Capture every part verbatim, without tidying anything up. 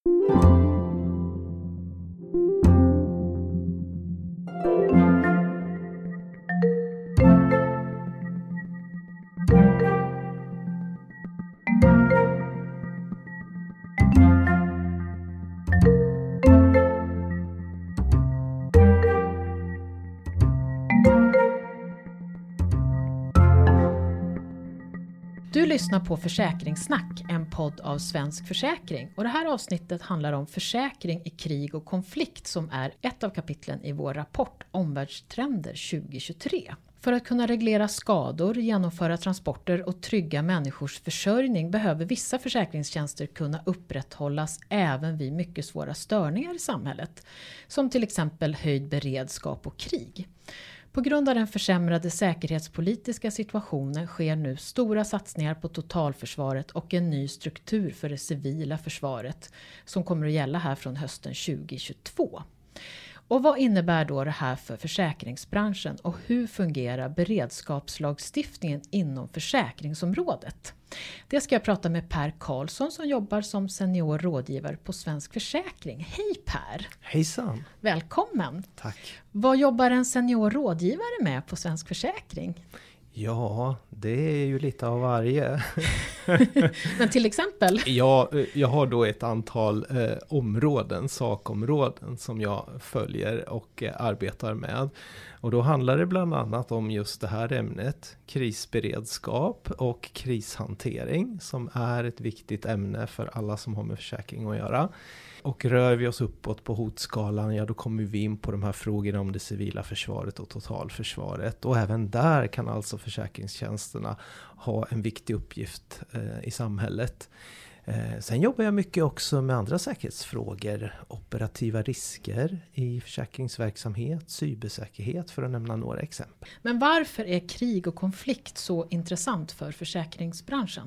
Du lyssnar på Försäkringssnack, en podd av Svensk Försäkring. Och det här avsnittet handlar om försäkring i krig och konflikt som är ett av kapitlen i vår rapport Omvärldstrender tjugo tjugotre. För att kunna reglera skador, genomföra transporter och trygga människors försörjning behöver vissa försäkringstjänster kunna upprätthållas även vid mycket svåra störningar i samhället. Som till exempel höjd beredskap och krig. På grund av den försämrade säkerhetspolitiska situationen sker nu stora satsningar på totalförsvaret och en ny struktur för det civila försvaret som kommer att gälla här från hösten tjugo tjugotvå. Och vad innebär då det här för försäkringsbranschen och hur fungerar beredskapslagstiftningen inom försäkringsområdet? Det ska jag prata med Per Karlsson som jobbar som senior rådgivare på Svensk Försäkring. Hej Per! Hejsan! Välkommen! Tack! Vad jobbar en senior rådgivare med på Svensk Försäkring? Ja, det är ju lite av varje. Men till exempel? Ja, jag har då ett antal eh, områden, sakområden som jag följer och eh, arbetar med. Och då handlar det bland annat om just det här ämnet, krisberedskap och krishantering, som är ett viktigt ämne för alla som har med försäkring att göra. Och rör vi oss uppåt på hotskalan, ja då kommer vi in på de här frågorna om det civila försvaret och totalförsvaret. Och även där kan alltså försäkringstjänsterna ha en viktig uppgift eh, i samhället. Eh, sen jobbar jag mycket också med andra säkerhetsfrågor, operativa risker i försäkringsverksamhet, cybersäkerhet för att nämna några exempel. Men varför är krig och konflikt så intressant för försäkringsbranschen?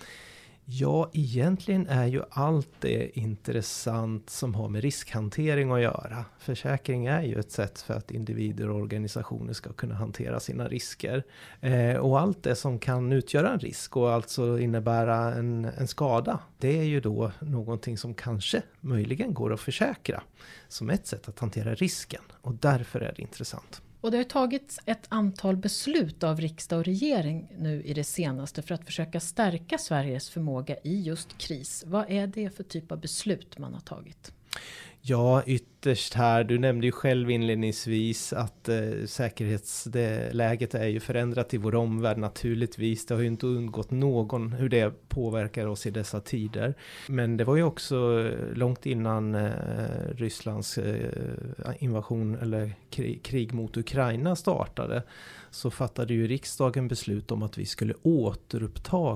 Ja, egentligen är ju allt det intressant som har med riskhantering att göra. Försäkring är ju ett sätt för att individer och organisationer ska kunna hantera sina risker. Eh, och allt det som kan utgöra en risk och alltså innebära en, en skada, det är ju då någonting som kanske möjligen går att försäkra som ett sätt att hantera risken. Och därför är det intressant. Och det har tagits ett antal beslut av riksdag och regering nu i det senaste för att försöka stärka Sveriges förmåga i just kris. Vad är det för typ av beslut man har tagit? Ja, ytterst här. Du nämnde ju själv inledningsvis att eh, säkerhetsläget är ju förändrat i vår omvärld naturligtvis. Det har ju inte undgått någon hur det påverkar oss i dessa tider. Men det var ju också långt innan eh, Rysslands eh, invasion eller krig, krig mot Ukraina startade. Så fattade ju riksdagen beslut om att vi skulle återuppta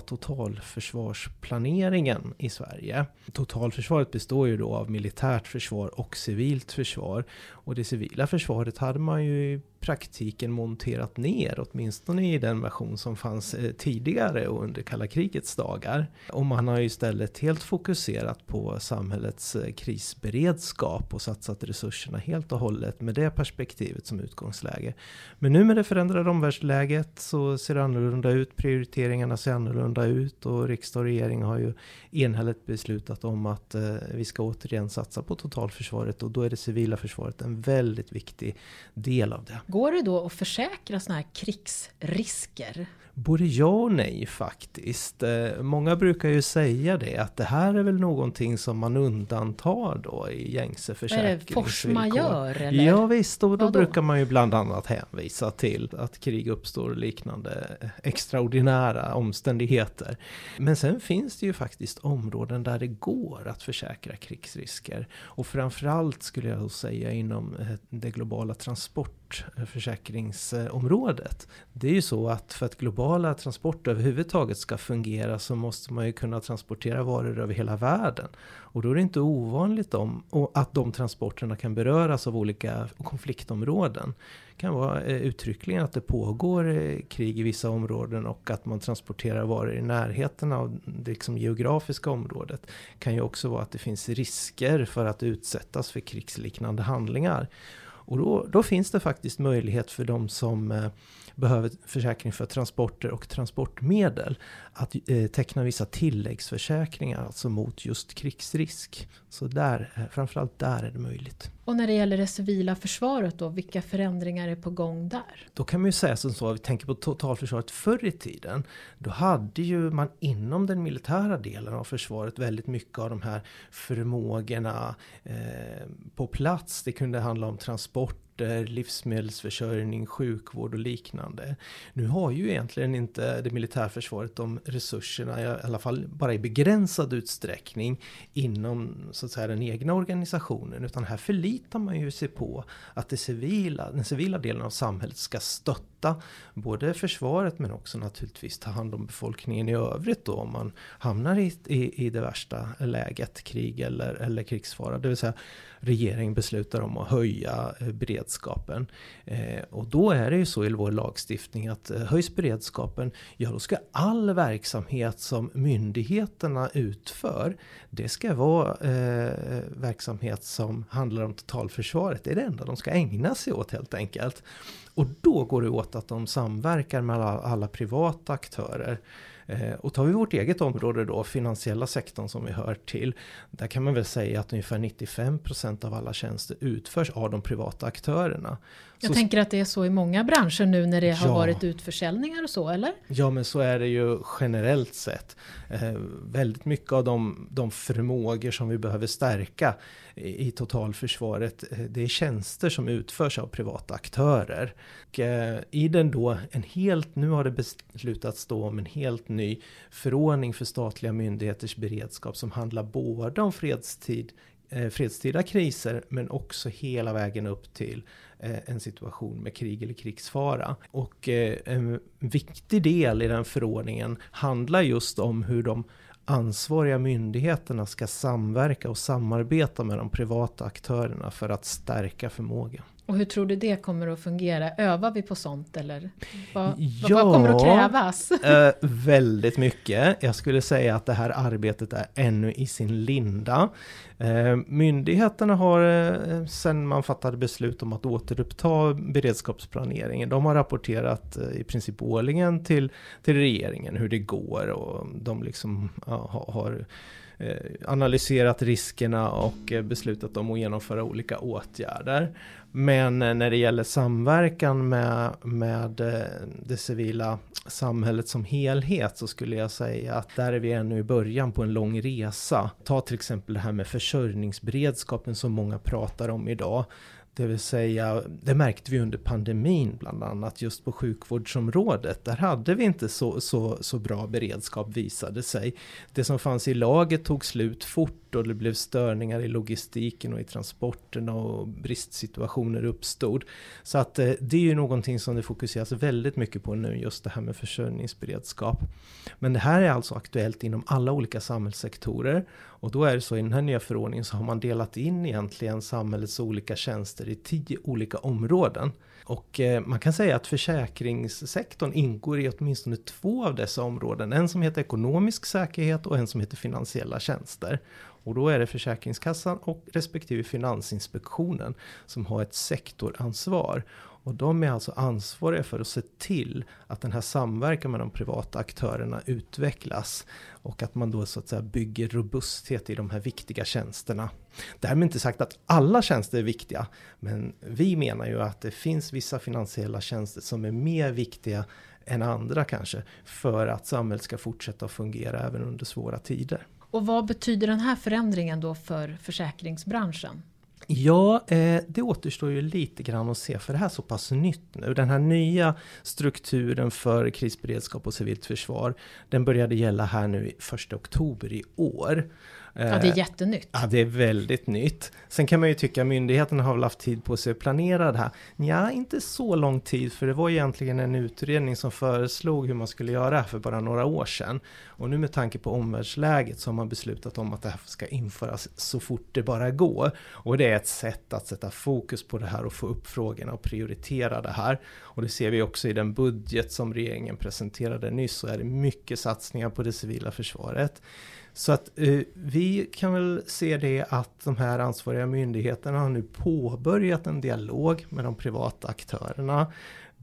totalförsvarsplaneringen i Sverige. Totalförsvaret består ju då av militärt försvar och civilt försvar. Och det civila försvaret hade man ju i praktiken monterat ner, åtminstone i den version som fanns eh, tidigare och under kalla krigets dagar. Och man har ju istället helt fokuserat på samhällets eh, krisberedskap och satsat resurserna helt och hållet med det perspektivet som utgångsläge. Men nu med det förändrade omvärldsläget så ser det annorlunda ut, prioriteringarna ser annorlunda ut och riksdag och regering har ju enhälligt beslutat om att eh, vi ska återigen satsa på totalförsvaret och då är det civila försvaret en väldigt viktig del av det. Går det då att försäkra såna här krigsrisker? Både ja och nej faktiskt. Många brukar ju säga det, att det här är väl någonting som man undantar då i gängse försäkringsvillkor. Är det force majeure? Eller? Ja visst, och då Vadå? brukar man ju bland annat hänvisa till att krig uppstår och liknande extraordinära omständigheter. Men sen finns det ju faktiskt områden där det går att försäkra krigsrisker. Och framförallt skulle jag säga inom det globala transportförsäkringsområdet. Det är ju så att för att globala transporter överhuvudtaget ska fungera så måste man ju kunna transportera varor över hela världen. Och då är det inte ovanligt om, att de transporterna kan beröras av olika konfliktområden. Det kan vara uttryckligen att det pågår krig i vissa områden och att man transporterar varor i närheten av det liksom geografiska området. Det kan ju också vara att det finns risker för att utsättas för krigsliknande handlingar. Och då, då finns det faktiskt möjlighet för de som behöver försäkring för transporter och transportmedel att eh, teckna vissa tilläggsförsäkringar, alltså mot just krigsrisk. Så där, framförallt där är det möjligt. Och när det gäller det civila försvaret då, vilka förändringar är på gång där? Då kan man ju säga som så, vi tänker på totalförsvaret förr i tiden. Då hade ju man inom den militära delen av försvaret väldigt mycket av de här förmågorna eh, på plats. Det kunde handla om transport, livsmedelsförsörjning, sjukvård och liknande. Nu har ju egentligen inte det militärförsvaret de resurserna, i alla fall bara i begränsad utsträckning inom så att säga den egna organisationen, utan här förlitar man ju sig på att det civila, den civila delen av samhället ska stötta både försvaret men också naturligtvis ta hand om befolkningen i övrigt då, om man hamnar i, i, i det värsta läget, krig eller, eller krigsfara. Det vill säga regeringen beslutar om att höja eh, beredskapen. Eh, och då är det ju så i vår lagstiftning att eh, höjs beredskapen, ja då ska all verksamhet som myndigheterna utför, det ska vara eh, verksamhet som handlar om totalförsvaret. Det är det enda de ska ägna sig åt helt enkelt. Och då går det åt att de samverkar med alla, alla privata aktörer. Eh, och tar vi vårt eget område då, finansiella sektorn som vi hör till, där kan man väl säga att ungefär nittiofem procent av alla tjänster utförs av de privata aktörerna. Jag så, tänker att det är så i många branscher nu när det har ja, varit utförsäljningar och så, eller? Ja, men så är det ju generellt sett. Eh, väldigt mycket av de, de förmågor som vi behöver stärka i, i totalförsvaret, eh, det är tjänster som utförs av privata aktörer. Och, eh, i den då en helt, nu har det beslutats då om en helt ny förordning för statliga myndigheters beredskap som handlar både om fredstid, eh, fredstida kriser men också hela vägen upp till eh, en situation med krig eller krigsfara. Och eh, en viktig del i den förordningen handlar just om hur de ansvariga myndigheterna ska samverka och samarbeta med de privata aktörerna för att stärka förmågan. Och hur tror du det kommer att fungera? Övar vi på sånt eller vad, ja, vad kommer att krävas? äh, väldigt mycket. Jag skulle säga att det här arbetet är ännu i sin linda. Äh, myndigheterna har äh, sedan man fattade beslut om att återuppta beredskapsplaneringen, de har rapporterat äh, i princip årligen till, till regeringen hur det går, och de liksom ja, har analyserat riskerna och beslutat om att genomföra olika åtgärder. Men när det gäller samverkan med, med det civila samhället som helhet så skulle jag säga att där är vi ännu i början på en lång resa. Ta till exempel det här med försörjningsberedskapen som många pratar om idag. Det vill säga, det märkte vi under pandemin bland annat just på sjukvårdsområdet. Där hade vi inte så, så, så bra beredskap visade sig. Det som fanns i laget tog slut fort och det blev störningar i logistiken och i transporterna och bristsituationer uppstod. Så att det är ju någonting som det fokuseras väldigt mycket på nu, just det här med försörjningsberedskap. Men det här är alltså aktuellt inom alla olika samhällssektorer. Och då är det så i den här nya förordningen så har man delat in egentligen samhällets olika tjänster i tio olika områden. Och eh, man kan säga att försäkringssektorn ingår i åtminstone två av dessa områden. En som heter ekonomisk säkerhet och en som heter finansiella tjänster. Och då är det Försäkringskassan och respektive Finansinspektionen som har ett sektoransvar. Och de är alltså ansvariga för att se till att den här samverkan med de privata aktörerna utvecklas. Och att man då så att säga bygger robusthet i de här viktiga tjänsterna. Därmed inte sagt att alla tjänster är viktiga. Men vi menar ju att det finns vissa finansiella tjänster som är mer viktiga än andra kanske. För att samhället ska fortsätta att fungera även under svåra tider. Och vad betyder den här förändringen då för försäkringsbranschen? Ja, eh, det återstår ju lite grann att se, för det här är så pass nytt nu. Den här nya strukturen för krisberedskap och civilt försvar, den började gälla här nu första oktober i år. Ja, det är jättenytt. Ja, det är väldigt nytt. Sen kan man ju tycka att myndigheterna har väl haft tid på sig att planera det här. Ja, inte så lång tid, för det var egentligen en utredning som föreslog hur man skulle göra för bara några år sedan. Och nu med tanke på omvärldsläget så har man beslutat om att det här ska införas så fort det bara går. Och det är ett sätt att sätta fokus på det här och få upp frågorna och prioritera det här. Och det ser vi också i den budget som regeringen presenterade nyss, så är det mycket satsningar på det civila försvaret. Så att eh, vi kan väl se det att de här ansvariga myndigheterna har nu påbörjat en dialog med de privata aktörerna.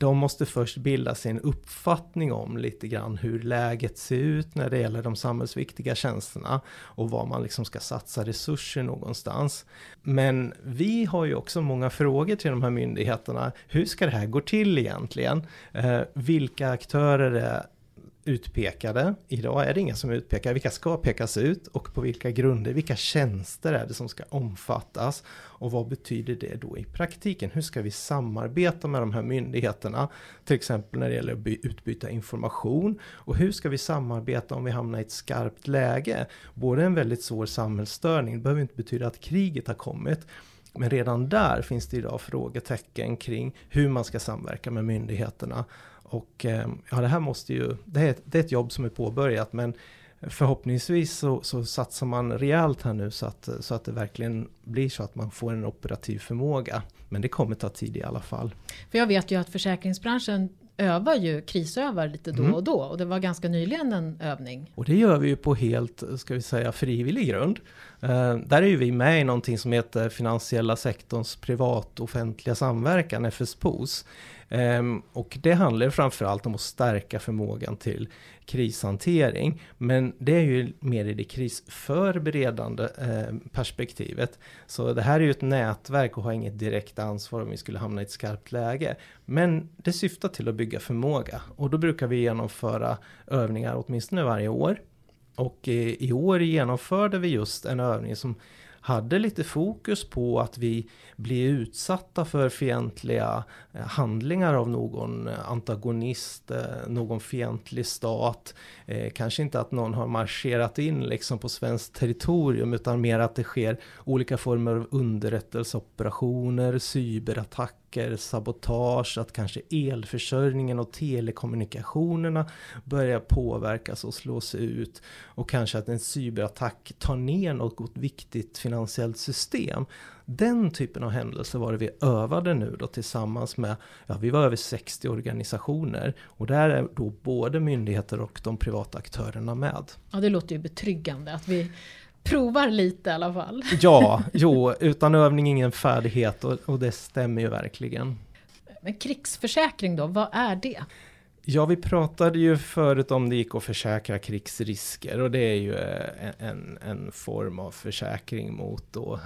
de måste först bilda sig en uppfattning om lite grann hur läget ser ut när det gäller de samhällsviktiga tjänsterna och var man liksom ska satsa resurser någonstans. Men vi har ju också många frågor till de här myndigheterna. Hur ska det här gå till egentligen? Eh, vilka aktörer är utpekade? Idag är det inga som är utpekade. Vilka ska pekas ut och på vilka grunder? Vilka tjänster är det som ska omfattas? Och vad betyder det då i praktiken? Hur ska vi samarbeta med de här myndigheterna? Till exempel när det gäller att utbyta information. Och hur ska vi samarbeta om vi hamnar i ett skarpt läge? Både en väldigt svår samhällsstörning. Det behöver inte betyda att kriget har kommit. Men redan där finns det idag frågetecken kring hur man ska samverka med myndigheterna. Och ja, det här måste ju, det är, det är ett jobb som är påbörjat, men förhoppningsvis så, så satsar man rejält här nu så att, så att det verkligen blir så att man får en operativ förmåga. Men det kommer ta tid i alla fall. För jag vet ju att försäkringsbranschen övar ju, krisövar lite då Mm. och då. Och det var ganska nyligen en övning. Och det gör vi ju på helt, ska vi säga, frivillig grund. Eh, där är ju vi med i någonting som heter finansiella sektorns privat-offentliga samverkan, F S P O S. Um, och det handlar framförallt om att stärka förmågan till krishantering. Men det är ju mer i det krisförberedande eh, perspektivet. Så det här är ju ett nätverk och har inget direkt ansvar om vi skulle hamna i ett skarpt läge. Men det syftar till att bygga förmåga. Och då brukar vi genomföra övningar åtminstone varje år. Och eh, i år genomförde vi just en övning som hade lite fokus på att vi blir utsatta för fientliga handlingar av någon antagonist, någon fientlig stat. Eh, kanske inte att någon har marscherat in liksom på svenskt territorium, utan mer att det sker olika former av underrättelseoperationer, cyberattacker, sabotage, att kanske elförsörjningen och telekommunikationerna börjar påverkas och slås ut, och kanske att en cyberattack tar ner något viktigt finansiellt system. Den typen av händelser var det vi övade nu då tillsammans med, ja, vi var över sextio organisationer, och där är då både myndigheter och de privata aktörerna med. Ja, det låter ju betryggande att vi provar lite i alla fall. Ja, jo, utan övning ingen färdighet, och, och det stämmer ju verkligen. Men krigsförsäkring då, vad är det? Ja, vi pratade ju förut om det gick att försäkra krigsrisker, och det är ju en, en form av försäkring mot då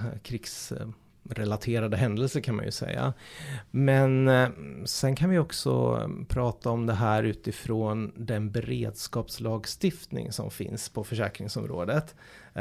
krigsrelaterade händelser, kan man ju säga. Men sen kan vi också prata om det här utifrån den beredskapslagstiftning som finns på försäkringsområdet.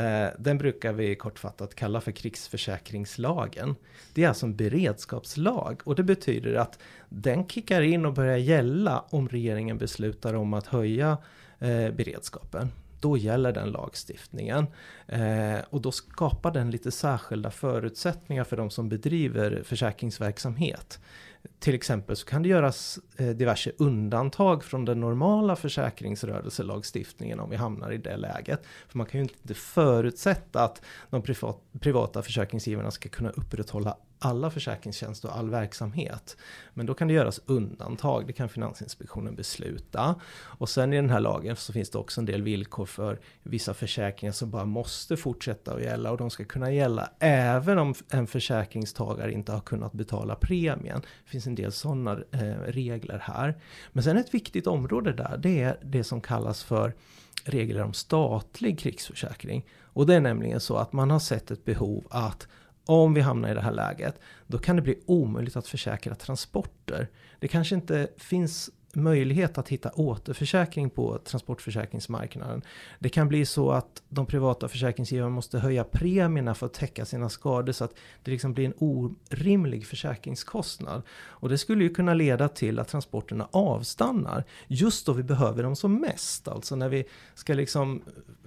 Den brukar vi kortfattat kalla för krigsförsäkringslagen. Det är alltså en beredskapslag, och det betyder att den kickar in och börjar gälla om regeringen beslutar om att höja eh, beredskapen. Då gäller den lagstiftningen, eh, och då skapar den lite särskilda förutsättningar för de som bedriver försäkringsverksamhet. Till exempel så kan det göras eh, diverse undantag från den normala försäkringsrörelselagstiftningen om vi hamnar i det läget. För man kan ju inte förutsätta att de privat, privata försäkringsgivarna ska kunna upprätthålla alla försäkringstjänster och all verksamhet. Men då kan det göras undantag, det kan Finansinspektionen besluta. Och sen i den här lagen så finns det också en del villkor för vissa försäkringar som bara måste fortsätta att gälla, och de ska kunna gälla även om en försäkringstagare inte har kunnat betala premien. Det finns en del sådana eh, regler här. Men sen ett viktigt område där, det är det som kallas för regler om statlig krigsförsäkring. Och det är nämligen så att man har sett ett behov att om vi hamnar i det här läget, då kan det bli omöjligt att försäkra transporter. Det kanske inte finns möjlighet att hitta återförsäkring på transportförsäkringsmarknaden. Det kan bli så att de privata försäkringsgivarna måste höja premierna för att täcka sina skador, så att det liksom blir en orimlig försäkringskostnad. Och det skulle ju kunna leda till att transporterna avstannar just då vi behöver dem som mest. Alltså när vi ska liksom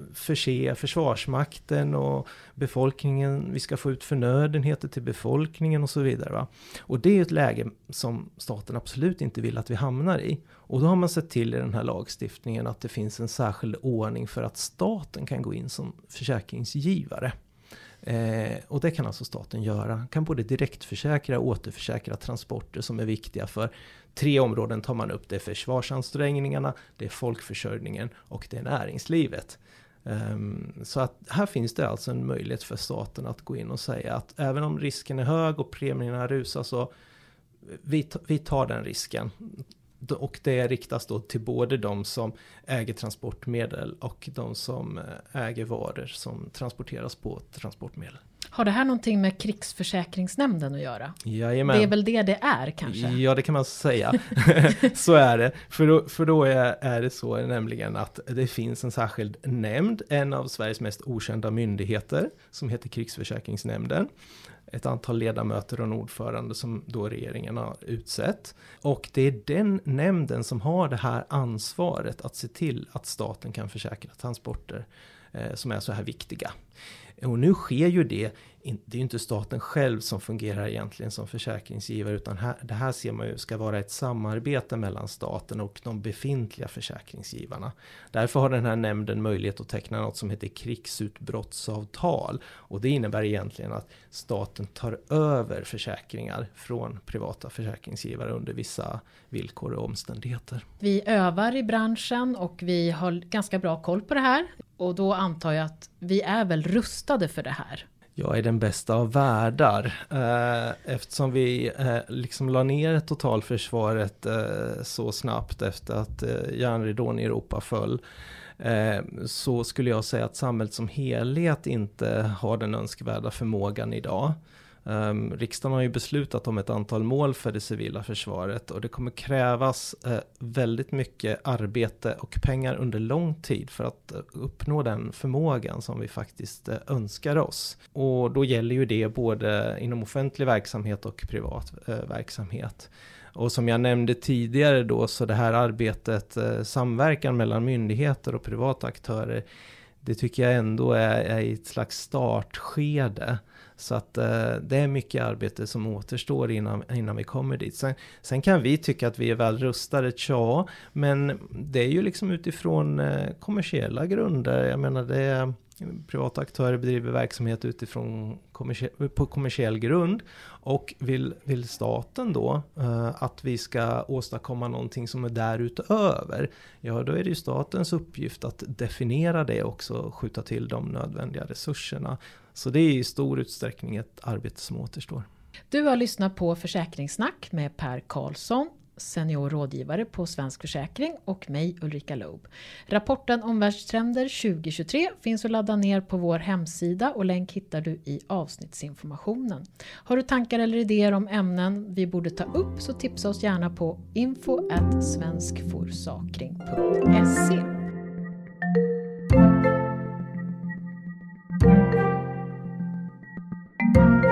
förse försvarsmakten och befolkningen, vi ska få ut förnödenheter till befolkningen och så vidare. Va? Och det är ett läge som staten absolut inte vill att vi hamnar i. Och då har man sett till i den här lagstiftningen att det finns en särskild ordning för att staten kan gå in som försäkringsgivare. Eh, och det kan alltså staten göra. Kan både direktförsäkra och återförsäkra transporter som är viktiga för tre områden tar man upp. Det är försvarsansträngningarna, det är folkförsörjningen och det är näringslivet. Um, så att här finns det alltså en möjlighet för staten att gå in och säga att även om risken är hög och premierna rusar, så vi, vi tar den risken. Och det riktas då till både de som äger transportmedel och de som äger varor som transporteras på transportmedel. Har det här någonting med krigsförsäkringsnämnden att göra? Jajamän. Det är väl det det är kanske? Ja, det kan man säga. Så är det. För då, för då är, är det så nämligen att det finns en särskild nämnd, en av Sveriges mest okända myndigheter, som heter Krigsförsäkringsnämnden. Ett antal ledamöter och en ordförande som då regeringen har utsett. Och det är den nämnden som har det här ansvaret att se till att staten kan försäkra transporter eh, som är så här viktiga. Och nu sker ju det, det är ju inte staten själv som fungerar egentligen som försäkringsgivare, utan här, det här ser man ju ska vara ett samarbete mellan staten och de befintliga försäkringsgivarna. Därför har den här nämnden möjlighet att teckna något som heter krigsutbrottsavtal, och det innebär egentligen att staten tar över försäkringar från privata försäkringsgivare under vissa villkor och omständigheter. Vi övar i branschen och vi har ganska bra koll på det här, och då antar jag att vi är väl rustade för det här. Jag är den bästa av världar eh, eftersom vi eh, liksom la ner totalförsvaret eh, så snabbt efter att eh, järnridån i Europa föll. Eh, så skulle jag säga att samhället som helhet inte har den önskvärda förmågan idag. Um, riksdagen har ju beslutat om ett antal mål för det civila försvaret, och det kommer krävas uh, väldigt mycket arbete och pengar under lång tid för att uh, uppnå den förmågan som vi faktiskt uh, önskar oss. Och då gäller ju det både inom offentlig verksamhet och privat uh, verksamhet. Och som jag nämnde tidigare då, så det här arbetet, uh, samverkan mellan myndigheter och privata aktörer, det tycker jag ändå är, är i ett slags startskede. Så att eh, det är mycket arbete som återstår innan, innan vi kommer dit. Sen, sen kan vi tycka att vi är väl rustade, tja, men det är ju liksom utifrån eh, kommersiella grunder. Jag menar, det är, privata aktörer bedriver verksamhet utifrån kommersie- på kommersiell grund, och vill, vill staten då eh, att vi ska åstadkomma någonting som är därutöver, ja då är det ju statens uppgift att definiera det också och skjuta till de nödvändiga resurserna. Så det är i stor utsträckning ett arbete som återstår. Du har lyssnat på Försäkringssnack med Per Karlsson, senior rådgivare på Svensk Försäkring, och mig, Ulrika Loeb. Rapporten Omvärldstrender tjugo tjugotre finns att ladda ner på vår hemsida, och länk hittar du i avsnittsinformationen. Har du tankar eller idéer om ämnen vi borde ta upp, så tipsa oss gärna på info at svenskforsakring punkt se.